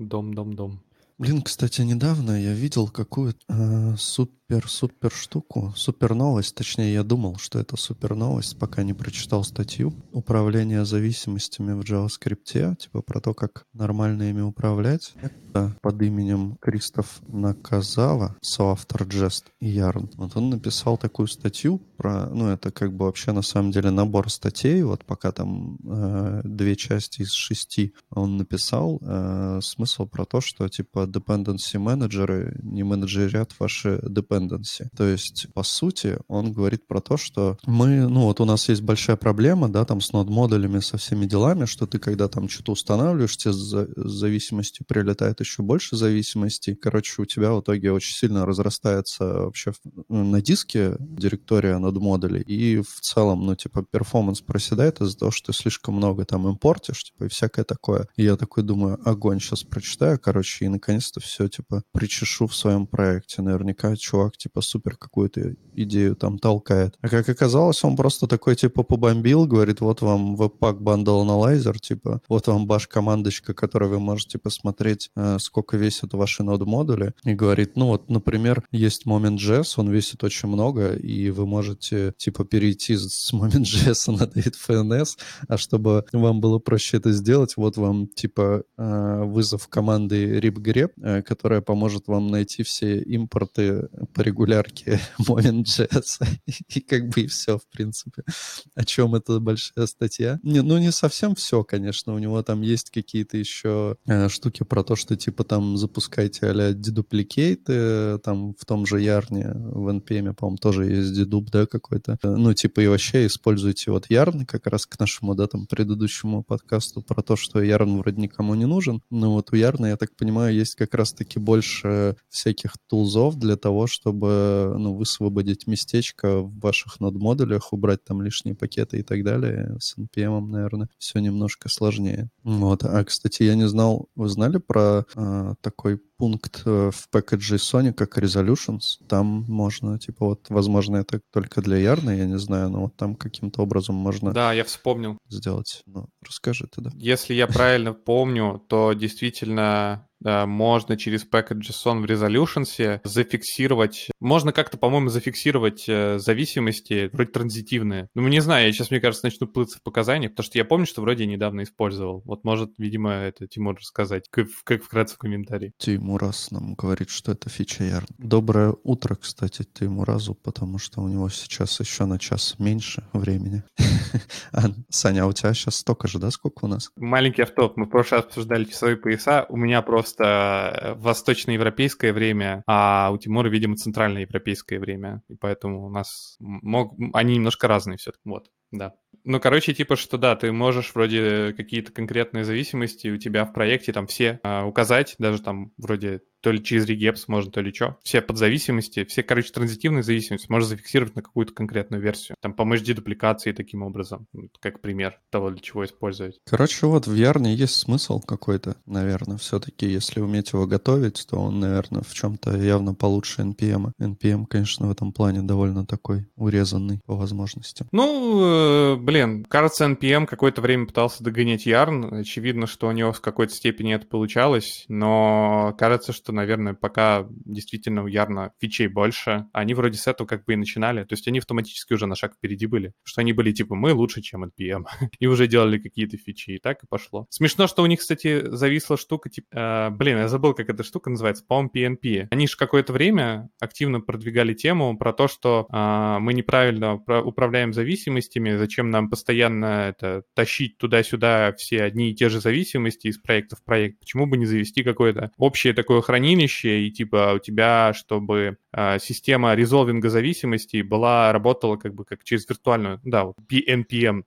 дом. Блин, кстати, недавно я видел какую-то супер штуку, супер новость, точнее, я думал, что это супер новость, пока не прочитал статью. Управление зависимостями в JavaScript, типа про то, как нормально ими управлять. Это под именем Кристоф Наказава, соавтор Jest и Yarn. Вот он написал такую статью про, ну, это как бы вообще на самом деле набор статей, вот пока там 2 части из 6 он написал, смысл про то, что типа dependency менеджеры не менеджерят ваши dependency. То есть, по сути, он говорит про то, что вот у нас есть большая проблема, да, там с нод-модулями, со всеми делами, что ты, когда там что-то устанавливаешь, тебе с зависимостью прилетает еще больше зависимостей. Короче, у тебя в итоге очень сильно разрастается вообще на диске директория нод-модулей, и в целом, ну, типа, перформанс проседает из-за того, что ты слишком много там импортишь, типа, и всякое такое. И я такой думаю, огонь, сейчас прочитаю, короче, и наконец-то все, типа, причешу в своем проекте. Наверняка чувак, типа, супер какую-то идею там толкает. А как оказалось, он просто такой, типа, побомбил, говорит, вот вам Webpack Bundle Analyzer, типа, вот вам баш-командочка, которой вы можете посмотреть, сколько весят ваши нод-модули, и говорит, ну вот, например, есть Moment.js, он весит очень много, и вы можете, типа, перейти с Moment.js на DateFNS, а чтобы вам было проще это сделать, вот вам, типа, вызов команды ripgrep, которая поможет вам найти все импорты по регулярке Moment.js, и как бы и все, в принципе. О чем эта большая статья? Не совсем все, конечно, у него там есть какие-то еще штуки про то, что, типа, там запускайте а-ля deduplicate, там в том же Ярне, в NPM, по-моему, тоже есть dedup, да, какой-то. Ну, типа, и вообще используйте вот Yarn как раз к нашему, да, там, предыдущему подкасту про то, что Yarn вроде никому не нужен. Но вот у Yarn, я так понимаю, есть как раз-таки больше всяких тулзов для того, чтобы, ну, высвободить местечко в ваших нод-модулях, убрать там лишние пакеты и так далее. С NPM, наверное, все немножко сложнее. Вот. А, кстати, я не знал, вы знали про такой пункт в package.json, как resolutions? Там можно, типа, вот, возможно, это только для Yarn, я не знаю, но вот там каким-то образом можно Да, я вспомнил. сделать. Ну, расскажи ты, да. Если я правильно помню, то действительно можно через package.json в Resolutions зафиксировать... Можно как-то, по-моему, зафиксировать зависимости, вроде транзитивные. Ну, не знаю, я сейчас, мне кажется, начну плыться в показаниях, потому что я помню, что вроде недавно использовал. Вот может, видимо, это Тимур рассказать, как вкратце в комментарии. Тимураз нам говорит, что это фича Yarn. Доброе утро, кстати, Тимуразу, потому что у него сейчас еще на час меньше времени. Саня, а у тебя сейчас столько же, да, сколько у нас? Маленький автоп. Мы в прошлый раз обсуждали часовые пояса. У меня просто восточноевропейское время, а у Тимура, видимо, центральноевропейское время. И поэтому у нас они немножко разные все-таки. Вот, да. Ну, короче, типа, что да, ты можешь вроде какие-то конкретные зависимости у тебя в проекте там все указать, даже там вроде то ли через regeps можно, то ли что. Все подзависимости, все, короче, транзитивные зависимости можно зафиксировать на какую-то конкретную версию. Там помочь дедупликации таким образом, как пример того, для чего использовать. Короче, вот в Yarn есть смысл какой-то, наверное, все-таки, если уметь его готовить, то он, наверное, в чем-то явно получше NPM. NPM, конечно, в этом плане довольно такой урезанный по возможностям. Ну, блин, кажется, NPM какое-то время пытался догонять Yarn. Очевидно, что у него в какой-то степени это получалось, но кажется, что что, наверное, пока действительно у Ярна фичей больше. Они вроде с этого как бы и начинали. То есть они автоматически уже на шаг впереди были. Что они были типа мы лучше, чем NPM. И уже делали какие-то фичи. И так и пошло. Смешно, что у них, кстати, зависла штука типа... я забыл, как эта штука называется. По-моему, PNP. Они же какое-то время активно продвигали тему про то, что мы неправильно управляем зависимостями, зачем нам постоянно это тащить туда-сюда все одни и те же зависимости из проекта в проект. Почему бы не завести какое-то общее такое хранилище, и типа у тебя, чтобы система резолвинга зависимостей работала как бы как через виртуальную, да, вот PNPM,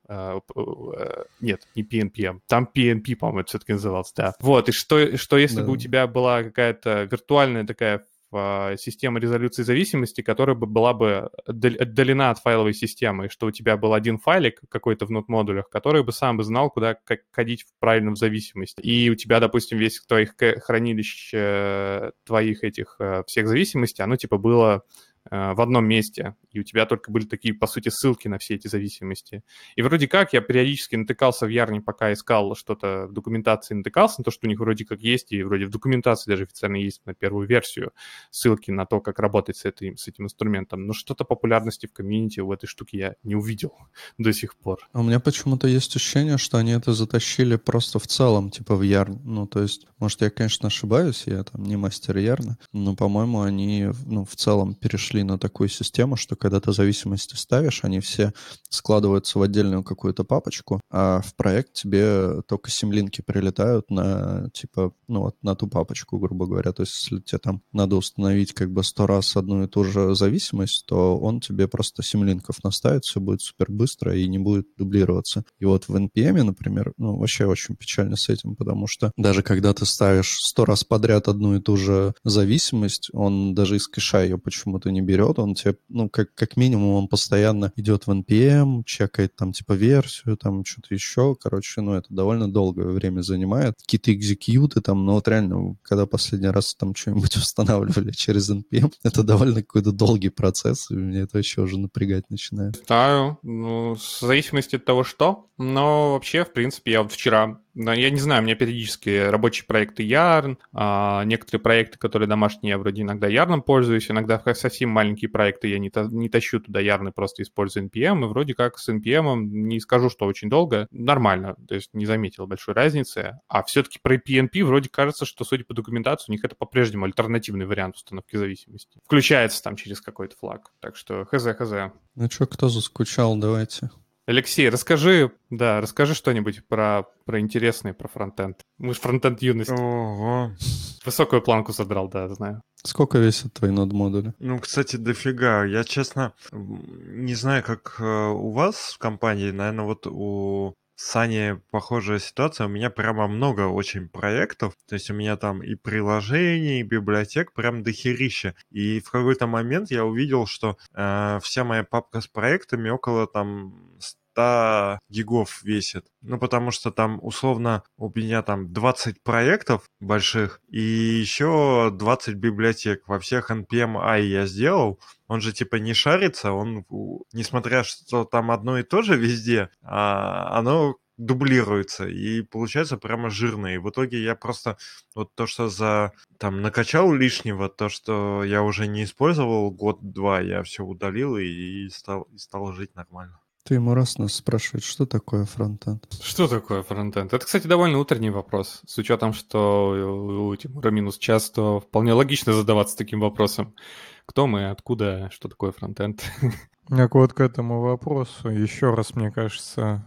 нет, не PNPM, там PNP, по-моему, это все-таки называлось, да. Вот, и что если бы у тебя была какая-то виртуальная такая система резолюции зависимости, которая бы была бы отдалена от файловой системы, и что у тебя был один файлик какой-то в нод-модулях, который бы сам бы знал, куда как ходить правильно в зависимости. И у тебя, допустим, весь твоих хранилищ, твоих этих всех зависимостей, оно типа было в одном месте, и у тебя только были такие, по сути, ссылки на все эти зависимости. И вроде как я периодически натыкался в Ярне, пока искал что-то в документации, натыкался на то, что у них вроде как есть, и вроде в документации даже официально есть на первую версию ссылки на то, как работать с этим инструментом. Но что-то популярности в комьюнити в этой штуке я не увидел до сих пор. А у меня почему-то есть ощущение, что они это затащили просто в целом, типа в Ярн. Ну, то есть, может, я, конечно, ошибаюсь, я там не мастер Ярна, но, по-моему, они, в целом перешли на такую систему, что когда ты зависимости ставишь, они все складываются в отдельную какую-то папочку, а в проект тебе только симлинки прилетают на, типа, на ту папочку, грубо говоря. То есть, если тебе там надо установить как бы 100 раз одну и ту же зависимость, то он тебе просто симлинков наставит, все будет супер быстро и не будет дублироваться. И вот в NPM, например, вообще очень печально с этим, потому что даже когда ты ставишь 100 раз подряд одну и ту же зависимость, он даже из кэша ее почему-то не берет, он тебе, как минимум, он постоянно идет в NPM, чекает там типа версию, там что-то еще, короче, это довольно долгое время занимает. Какие-то экзекьюты там, вот реально, когда последний раз там что-нибудь устанавливали через NPM, это довольно какой-то долгий процесс, и меня это вообще уже напрягать начинает. Знаю, в зависимости от того, что, но вообще, в принципе, я вот вчера, я не знаю, у меня периодически рабочие проекты Yarn, некоторые проекты, которые домашние, я вроде иногда Yarn пользуюсь, иногда совсем маленькие проекты я не тащу туда Yarn, просто использую NPM, и вроде как с NPM не скажу, что очень долго, нормально, то есть не заметил большой разницы, а все-таки про PNP вроде кажется, что, судя по документации, у них это по-прежнему альтернативный вариант установки зависимости. Включается там через какой-то флаг, так что хз. Ну что, кто заскучал, давайте. Алексей, расскажи что-нибудь про интересное, про фронтенд. Мы же фронтенд юности. Ого. Высокую планку задрал, да, знаю. Сколько весят твои нод-модули? Кстати, дофига. Я, честно, не знаю, как у вас в компании. Наверное, вот у Сани похожая ситуация. У меня прямо много очень проектов. То есть у меня там и приложений, и библиотек прям дохерища. И в какой-то момент я увидел, что вся моя папка с проектами около там 100 гигов весит. Потому что там, условно, у меня там 20 проектов больших и еще 20 библиотек. Во всех NPM-i я сделал. Он же типа не шарится, он, несмотря что там одно и то же везде, оно дублируется, и получается прямо жирно. И в итоге я просто вот то, что накачал лишнего, то, что я уже не использовал год-два, я все удалил и стал жить нормально. Ты ему раз нас спрашивает, что такое фронтенд? Что такое фронтенд? Это, кстати, довольно утренний вопрос. С учетом, что у Тимура минус час, то вполне логично задаваться таким вопросом. Кто мы, откуда, что такое фронтенд? Так вот к этому вопросу еще раз, мне кажется,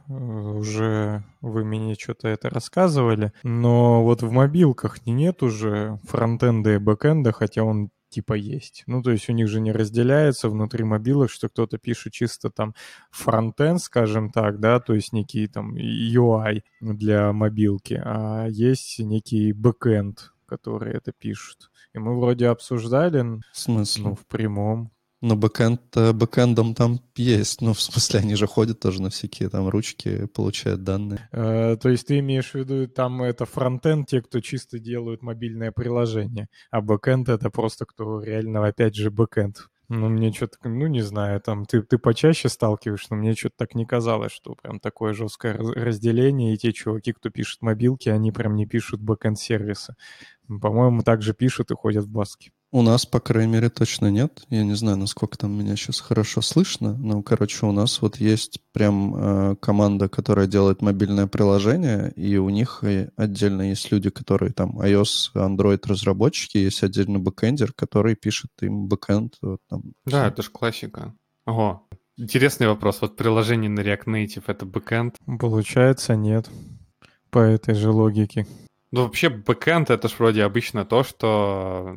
уже вы мне что-то это рассказывали, но вот в мобилках нет уже фронтенда и бэкенда, хотя он типа есть. То есть у них же не разделяется внутри мобилок, что кто-то пишет чисто там фронтенд, скажем так, да, то есть некий там UI для мобилки, а есть некий бэкенд, который это пишут. И мы вроде обсуждали. В смысле? В прямом. Но бэкэндом там есть. В смысле, они же ходят тоже на всякие там ручки, получают данные. То есть ты имеешь в виду, там это фронтенд, те, кто чисто делают мобильное приложение, а бэкэнд это просто кто реально, опять же, бэкэнд. Мне что-то, не знаю, там ты почаще сталкиваешься, но мне что-то так не казалось, что прям такое жесткое разделение, и те чуваки, кто пишет мобилки, они прям не пишут бэкэнд-сервисы. По-моему, так же пишут и ходят в баске. У нас, по крайней мере, точно нет. Я не знаю, насколько там меня сейчас хорошо слышно. Но, короче, у нас вот есть прям команда, которая делает мобильное приложение, и у них отдельно есть люди, которые там iOS, Android разработчики, есть отдельно бэкэндер, который пишет им бэкэнд. Вот, там, Да, всё. это же классика. Ого. Интересный вопрос. Вот приложение на React Native — это бэкэнд? Получается, нет. По этой же логике. Ну, вообще, бэкэнд — это ж вроде обычно то, что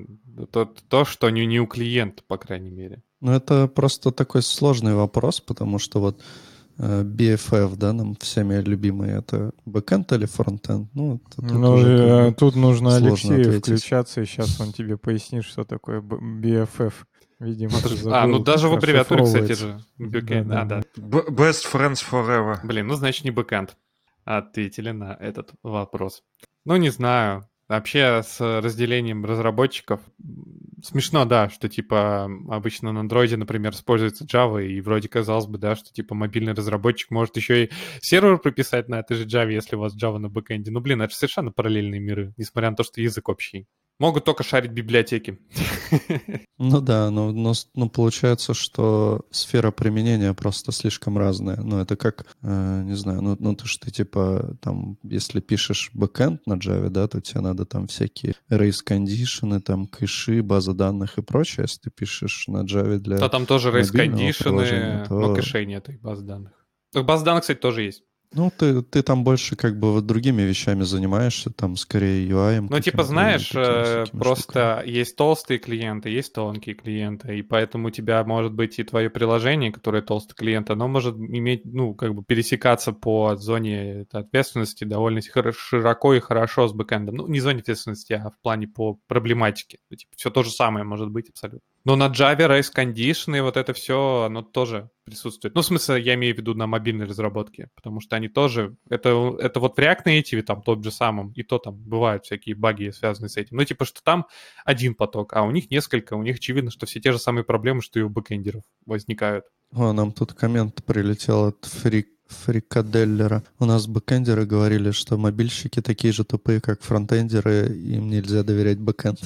не у клиента, по крайней мере. Ну, это просто такой сложный вопрос, потому что вот BFF, да, нам всеми любимый, это бэкэнд или фронтенд? Ну, тут уже как бы тут нужно сложно Алексею ответить. включаться, и сейчас он тебе пояснит, что такое BFF. Видимо, ты Ну забыл, даже в как аббревиатуре, кстати расшифровывается. же. Бэкэнд. Да. Да. Best friends forever. Блин, ну значит не бэкэнд. Ответили на этот вопрос. Ну, не знаю. Вообще с разделением разработчиков смешно, да, что типа обычно на андроиде, например, используется Java, и вроде казалось бы, да, что типа мобильный разработчик может еще и сервер прописать на этой же Java, если у вас Java на бэкэнде. Ну, блин, это же совершенно параллельные миры, несмотря на то, что язык общий. Могут только шарить библиотеки. Ну да, но получается, что сфера применения просто слишком разная. Ну это как, не знаю, ты типа там, если пишешь бэкэнд на Java, да, то тебе надо там всякие race-кондишены, там кэши, база данных и прочее. Если ты пишешь на Java для То там тоже мобильного приложения, race-кондишены, то- но кэшей нет, и баз данных. База данных, кстати, тоже есть. Ну, ты там больше как бы вот другими вещами занимаешься, там скорее UI. Ну, типа, знаешь, просто есть толстые клиенты, есть тонкие клиенты, и поэтому у тебя может быть и твое приложение, которое толстый клиент, оно может иметь, ну, как бы пересекаться по зоне ответственности довольно широко и хорошо с бэкэндом. Ну, не зоне ответственности, а в плане по проблематике. Ну, типа, все то же самое может быть абсолютно. Но на Java race condition и вот это все, оно тоже присутствует. Ну, в смысле, я имею в виду на мобильной разработке, потому что они тоже... Это вот в React Native, там, тот же самым, и то там бывают всякие баги, связанные с этим. Ну, типа, что там один поток, а у них несколько, у них очевидно, что все те же самые проблемы, что и у бэкэндеров возникают. О, нам тут коммент прилетел от Фрикаделлера. У нас бэкэндеры говорили, что мобильщики такие же тупые, как фронтендеры, им нельзя доверять бэкэнд.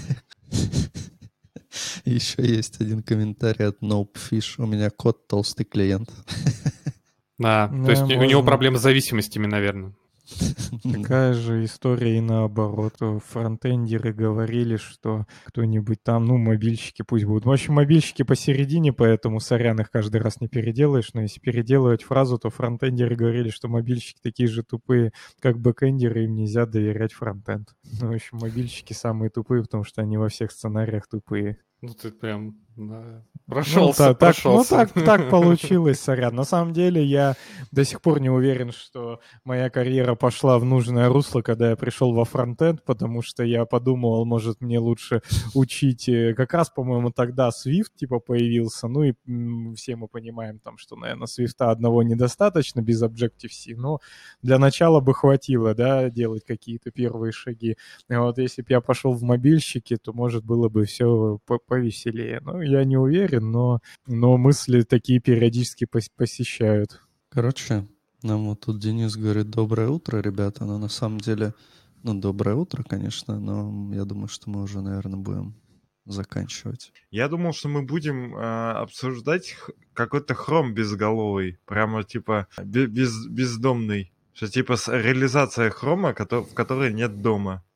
Еще есть один комментарий от Nopefish. У меня код толстый клиент. Да, то есть у него можно. проблемы с зависимостями, наверное. Такая же история и наоборот. Фронтендеры говорили, что кто-нибудь там, ну, мобильщики пусть будут. В общем, мобильщики посередине, поэтому сорян, их каждый раз не переделаешь. Но если переделывать фразу, то фронтендеры говорили, что мобильщики такие же тупые, как бэкэндеры, им нельзя доверять фронтенд. Ну, в общем, мобильщики самые тупые, потому что они во всех сценариях тупые. Ну, ты прям прошелся, Ну, прошелся. так получилось, сорян. На самом деле я до сих пор не уверен, что моя карьера пошла в нужное русло, когда я пришел во фронтенд, потому что я подумал, может, мне лучше учить... Как раз, по-моему, тогда Swift типа появился, ну и все мы понимаем, там, что, наверное, Swift одного недостаточно без Objective-C, но для начала бы хватило, да, делать какие-то первые шаги. А вот если бы я пошел в мобильщики, то, может, было бы все повеселее. Ну, я не уверен, но мысли такие периодически посещают. Короче, нам вот тут Денис говорит: доброе утро, ребята. Но на самом деле, ну, доброе утро, конечно, но я думаю, что мы уже, наверное, будем заканчивать. Я думал, что мы будем обсуждать какой-то хром безголовый, прямо типа бездомный. Что типа реализация хрома, в которой нет дома.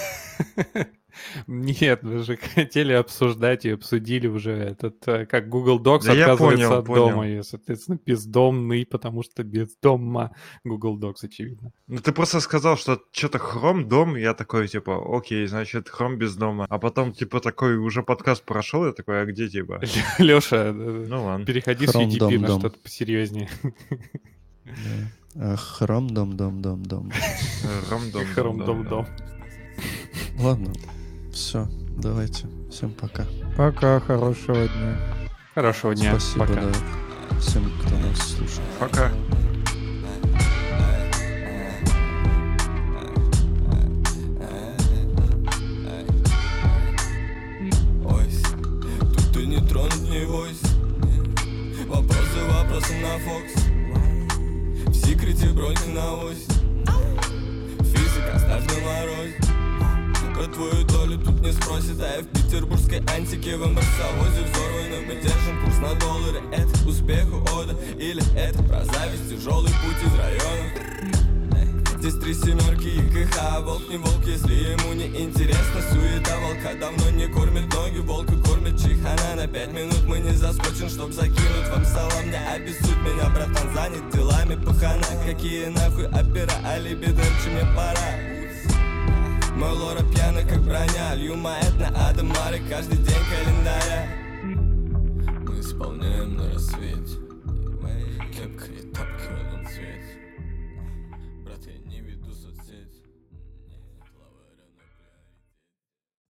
Нет, мы же хотели обсуждать и обсудили уже этот, как Google Docs Да я отказывается от понял. дома, и, соответственно, бездомный, потому что без дома Google Docs, очевидно. Ну ты просто сказал, что что-то хром, дом, я такой, типа, окей, значит, хром без дома. А потом, типа, такой, уже подкаст прошел, я такой, а где, типа? Леша, Ну ладно. переходи с Хром, UDP на дом. что-то посерьезнее. Хром, дом. Хром-дом-дом. Ладно, все, давайте. Всем пока. Пока, хорошего дня. Хорошего дня. Спасибо, Пока. да, всем, кто нас слушал. Пока. Ось, тут ты не тронут не вось. Вопросы на Фокс. В секрете броньки на ось. Физика, ставь на мороз. Про твою долю тут не спросит, а я в петербургской антике в марсовозе взорванном. Мы держим курс на доллары, это успеху ода, или это про зависть, тяжелый путь из района. Здесь 3 семерки и КХ, волк не волк, если ему не интересно. Суета волка давно не кормит ноги, волка кормит чихана. На 5 минут мы не заскочим, чтоб закинуть вам салам. Не обессудь меня, братан, занят делами пахана. Какие нахуй опера, алиби, дальше мне пора. Мой лора пьяный, как броня, лью маэт на Адамары каждый день календаря. Мы исполняем на рассвете, кепка и тапки в одном цвете. Брат, я не